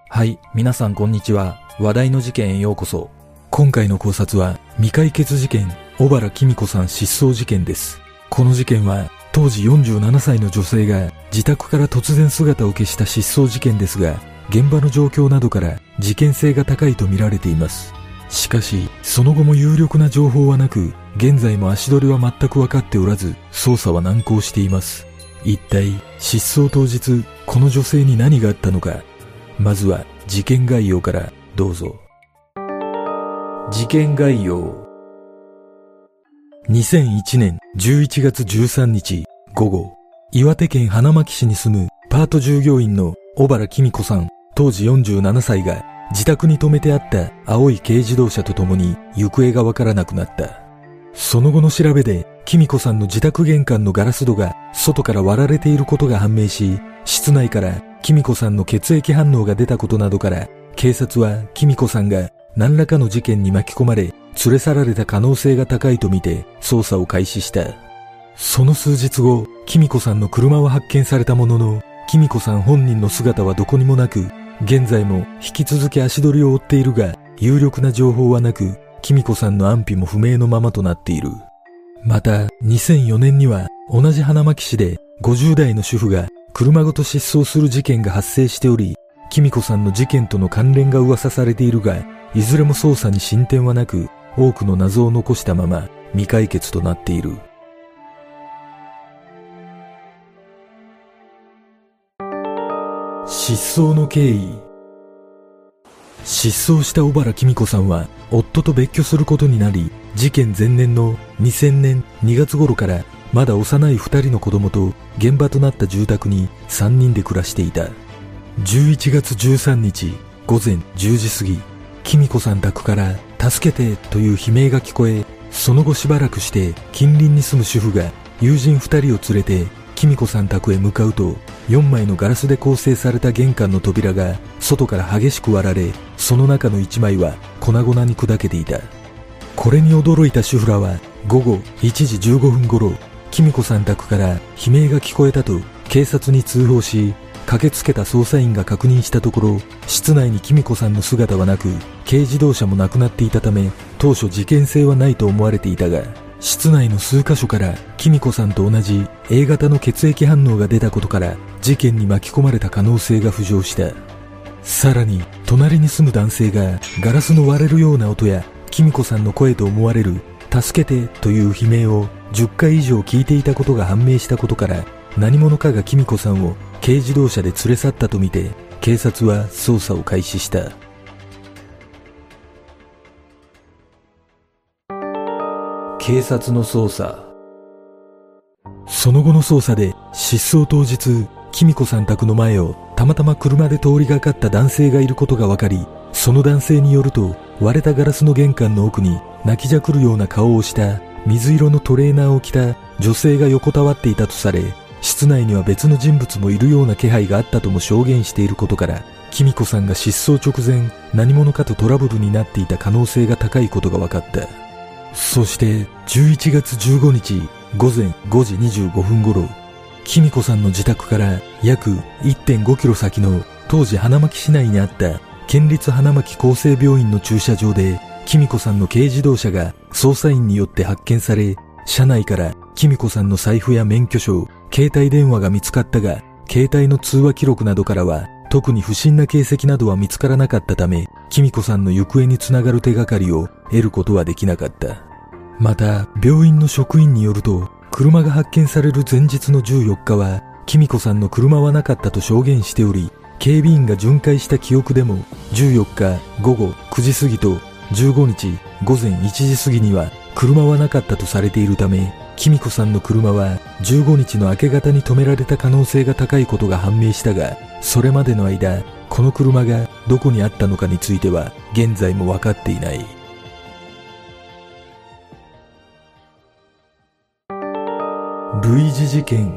はい、皆さんこんにちは。話題の事件へようこそ。今回の考察は未解決事件、小原貴美子さん失踪事件です。この事件は当時47歳の女性が自宅から突然姿を消した失踪事件ですが、現場の状況などから事件性が高いと見られています。しかし、その後も有力な情報はなく、現在も足取りは全く分かっておらず、捜査は難航しています。一体、失踪当日、この女性に何があったのか。まずは、事件概要からどうぞ。事件概要。2001年11月13日午後、岩手県花巻市に住むパート従業員の小原貴美子さん、当時47歳が自宅に止めてあった青い軽自動車とともに行方がわからなくなった。その後の調べで、貴美子さんの自宅玄関のガラス戸が外から割られていることが判明し、室内から貴美子さんの血液反応が出たことなどから、警察は貴美子さんが何らかの事件に巻き込まれ、連れ去られた可能性が高いとみて捜査を開始した。その数日後、貴美子さんの車は発見されたものの、貴美子さん本人の姿はどこにもなく、現在も引き続き足取りを追っているが、有力な情報はなく、貴美子さんの安否も不明のままとなっている。また、2004年には同じ花巻市で50代の主婦が車ごと失踪する事件が発生しており、貴美子さんの事件との関連が噂されているが、いずれも捜査に進展はなく、多くの謎を残したまま未解決となっている。失踪の経緯。失踪した小原貴美子さんは夫と別居することになり、事件前年の2000年2月頃からまだ幼い2人の子供と現場となった住宅に3人で暮らしていた。11月13日午前10時過ぎ、貴美子さん宅から助けてという悲鳴が聞こえ、その後しばらくして近隣に住む主婦が友人2人を連れて貴美子さん宅へ向かうと、4枚のガラスで構成された玄関の扉が外から激しく割られ、その中の1枚は粉々に砕けていた。これに驚いた主婦らは午後1時15分頃、貴美子さん宅から悲鳴が聞こえたと警察に通報し、駆けつけた捜査員が確認したところ、室内に貴美子さんの姿はなく、軽自動車もなくなっていたため、当初事件性はないと思われていたが、室内の数カ所から貴美子さんと同じ A 型の血液反応が出たことから事件に巻き込まれた可能性が浮上した。さらに隣に住む男性がガラスの割れるような音や貴美子さんの声と思われる助けてという悲鳴を10回以上聞いていたことが判明したことから、何者かが貴美子さんを軽自動車で連れ去ったとみて警察は捜査を開始した。警察の捜査。その後の捜査で失踪当日、貴美子さん宅の前をたまたま車で通りがかった男性がいることが分かり、その男性によると、割れたガラスの玄関の奥に泣きじゃくるような顔をした水色のトレーナーを着た女性が横たわっていたとされ、室内には別の人物もいるような気配があったとも証言していることから、貴美子さんが失踪直前何者かとトラブルになっていた可能性が高いことが分かった。そして11月15日午前5時25分頃、貴美子さんの自宅から約 1.5 キロ先の当時花巻市内にあった県立花巻厚生病院の駐車場で、貴美子さんの軽自動車が捜査員によって発見され、車内から貴美子さんの財布や免許証、携帯電話が見つかったが、携帯の通話記録などからは特に不審な形跡などは見つからなかったため、貴美子さんの行方につながる手がかりを得ることはできなかった。また、病院の職員によると、車が発見される前日の14日は、貴美子さんの車はなかったと証言しており、警備員が巡回した記憶でも、14日午後9時過ぎと15日午前1時過ぎには車はなかったとされているため、貴美子さんの車は15日の明け方に止められた可能性が高いことが判明したが、それまでの間、この車がどこにあったのかについては現在も分かっていない。類似事件。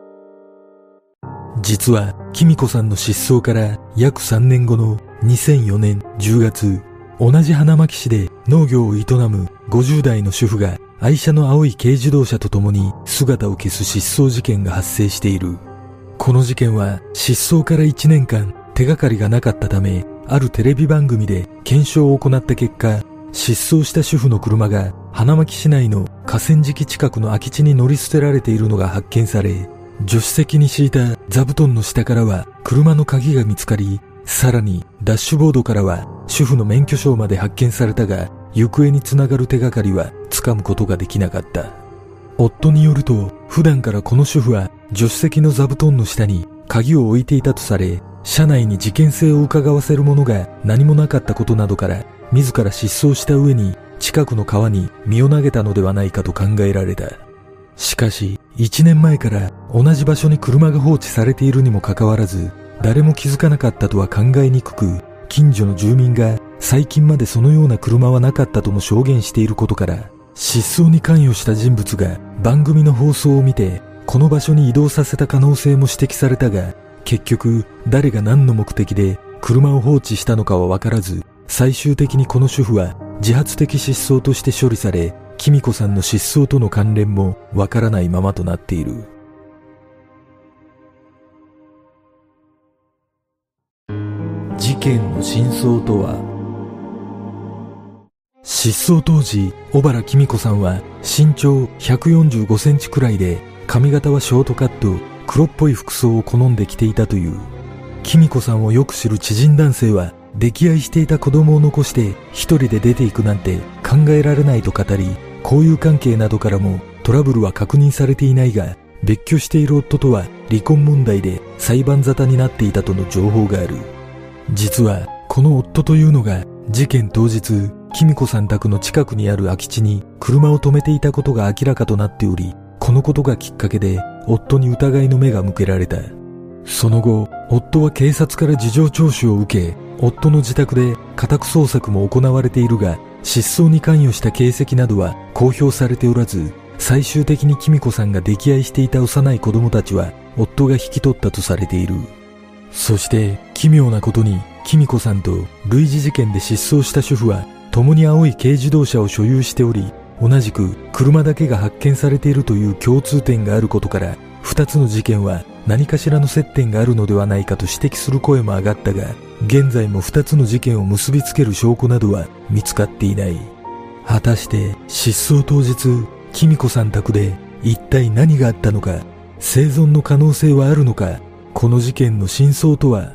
実は貴美子さんの失踪から約3年後の2004年10月、同じ花巻市で農業を営む50代の主婦が愛車の青い軽自動車とともに姿を消す失踪事件が発生している。この事件は失踪から1年間手がかりがなかったため、あるテレビ番組で検証を行った結果、失踪した主婦の車が花巻市内の河川敷近くの空き地に乗り捨てられているのが発見され、助手席に敷いた座布団の下からは車の鍵が見つかり、さらにダッシュボードからは主婦の免許証まで発見されたが、行方につながる手がかりはつかむことができなかった。夫によると、普段からこの主婦は助手席の座布団の下に鍵を置いていたとされ、車内に事件性を伺わせるものが何もなかったことなどから、自ら失踪した上に近くの川に身を投げたのではないかと考えられた。しかし、1年前から同じ場所に車が放置されているにもかかわらず、誰も気づかなかったとは考えにくく、近所の住民が最近までそのような車はなかったとも証言していることから、失踪に関与した人物が番組の放送を見て、この場所に移動させた可能性も指摘されたが、結局誰が何の目的で車を放置したのかは分からず、最終的にこの主婦は自発的失踪として処理され、キミコさんの失踪との関連も分からないままとなっている。事件の真相とは。失踪当時、小原キミコさんは身長145センチくらいで、髪型はショートカット、黒っぽい服装を好んで着ていたという。キミコさんをよく知る知人男性は、溺愛していた子供を残して一人で出ていくなんて考えられないと語り、交友関係などからもトラブルは確認されていないが、別居している夫とは離婚問題で裁判沙汰になっていたとの情報がある。実はこの夫というのが事件当日、キミコさん宅の近くにある空き地に車を止めていたことが明らかとなっており、このことがきっかけで夫に疑いの目が向けられた。その後、夫は警察から事情聴取を受け、夫の自宅で家宅捜索も行われているが、失踪に関与した形跡などは公表されておらず、最終的にキミコさんが溺愛していた幼い子供たちは夫が引き取ったとされている。そして奇妙なことに、キミコさんと類似事件で失踪した主婦は共に青い軽自動車を所有しており、同じく車だけが発見されているという共通点があることから、二つの事件は何かしらの接点があるのではないかと指摘する声も上がったが、現在も二つの事件を結びつける証拠などは見つかっていない。果たして失踪当日、キミコさん宅で一体何があったのか、生存の可能性はあるのか、この事件の真相とは。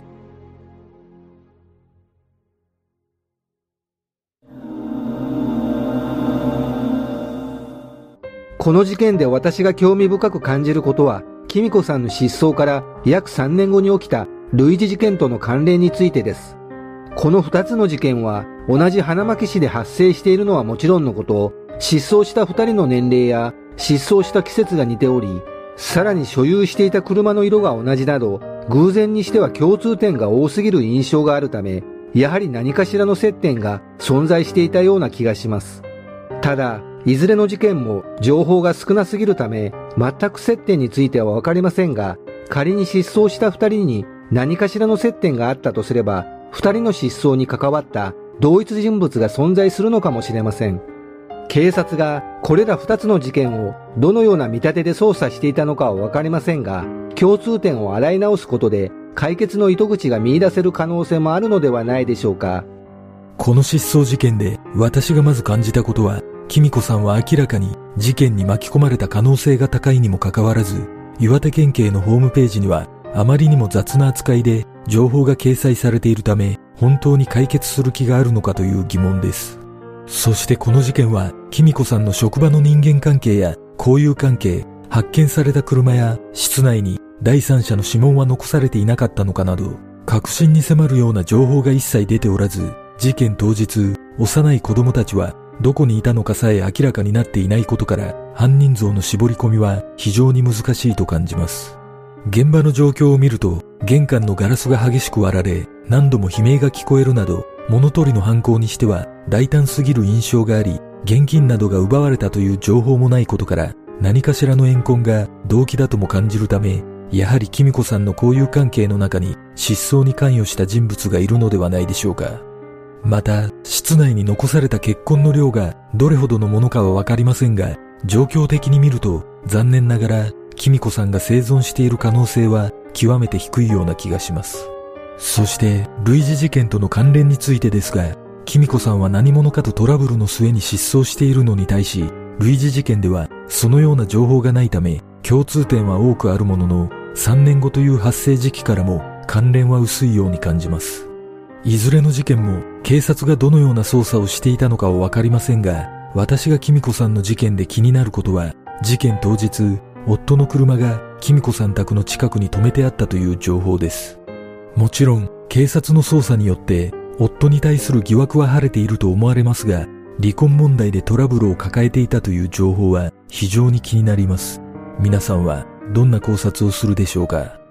この事件で私が興味深く感じることは、キミコさんの失踪から約3年後に起きた類似事件との関連についてです。この2つの事件は同じ花巻市で発生しているのはもちろんのこと、失踪した2人の年齢や失踪した季節が似ており、さらに所有していた車の色が同じなど、偶然にしては共通点が多すぎる印象があるため、やはり何かしらの接点が存在していたような気がします。ただ、いずれの事件も情報が少なすぎるため、全く接点についてはわかりませんが、仮に失踪した2人に何かしらの接点があったとすれば、2人の失踪に関わった同一人物が存在するのかもしれません。警察がこれら2つの事件をどのような見立てで捜査していたのかはわかりませんが、共通点を洗い直すことで解決の糸口が見出せる可能性もあるのではないでしょうか。 この失踪事件で私がまず感じたことは、キミコさんは明らかに事件に巻き込まれた可能性が高いにもかかわらず、岩手県警のホームページにはあまりにも雑な扱いで情報が掲載されているため、本当に解決する気があるのかという疑問です。そしてこの事件は、キミコさんの職場の人間関係や交友関係、発見された車や室内に第三者の指紋は残されていなかったのかなど、確信に迫るような情報が一切出ておらず、事件当日、幼い子供たちはどこにいたのかさえ明らかになっていないことから、犯人像の絞り込みは非常に難しいと感じます。現場の状況を見ると、玄関のガラスが激しく割られ、何度も悲鳴が聞こえるなど、物取りの犯行にしては大胆すぎる印象があり、現金などが奪われたという情報もないことから、何かしらの怨恨が動機だとも感じるため、やはりキミコさんの交友関係の中に失踪に関与した人物がいるのではないでしょうか。また、室内に残された血痕の量がどれほどのものかはわかりませんが、状況的に見ると残念ながらキミコさんが生存している可能性は極めて低いような気がします。 そして、類似事件との関連についてですが、キミコさんは何者かとトラブルの末に失踪しているのに対し、類似事件ではそのような情報がないため、共通点は多くあるものの、3年後という発生時期からも関連は薄いように感じます。いずれの事件も警察がどのような捜査をしていたのかはわかりませんが、私がキミコさんの事件で気になることは、事件当日、夫の車がキミコさん宅の近くに止めてあったという情報です。もちろん、警察の捜査によって、夫に対する疑惑は晴れていると思われますが、離婚問題でトラブルを抱えていたという情報は非常に気になります。皆さんはどんな考察をするでしょうか？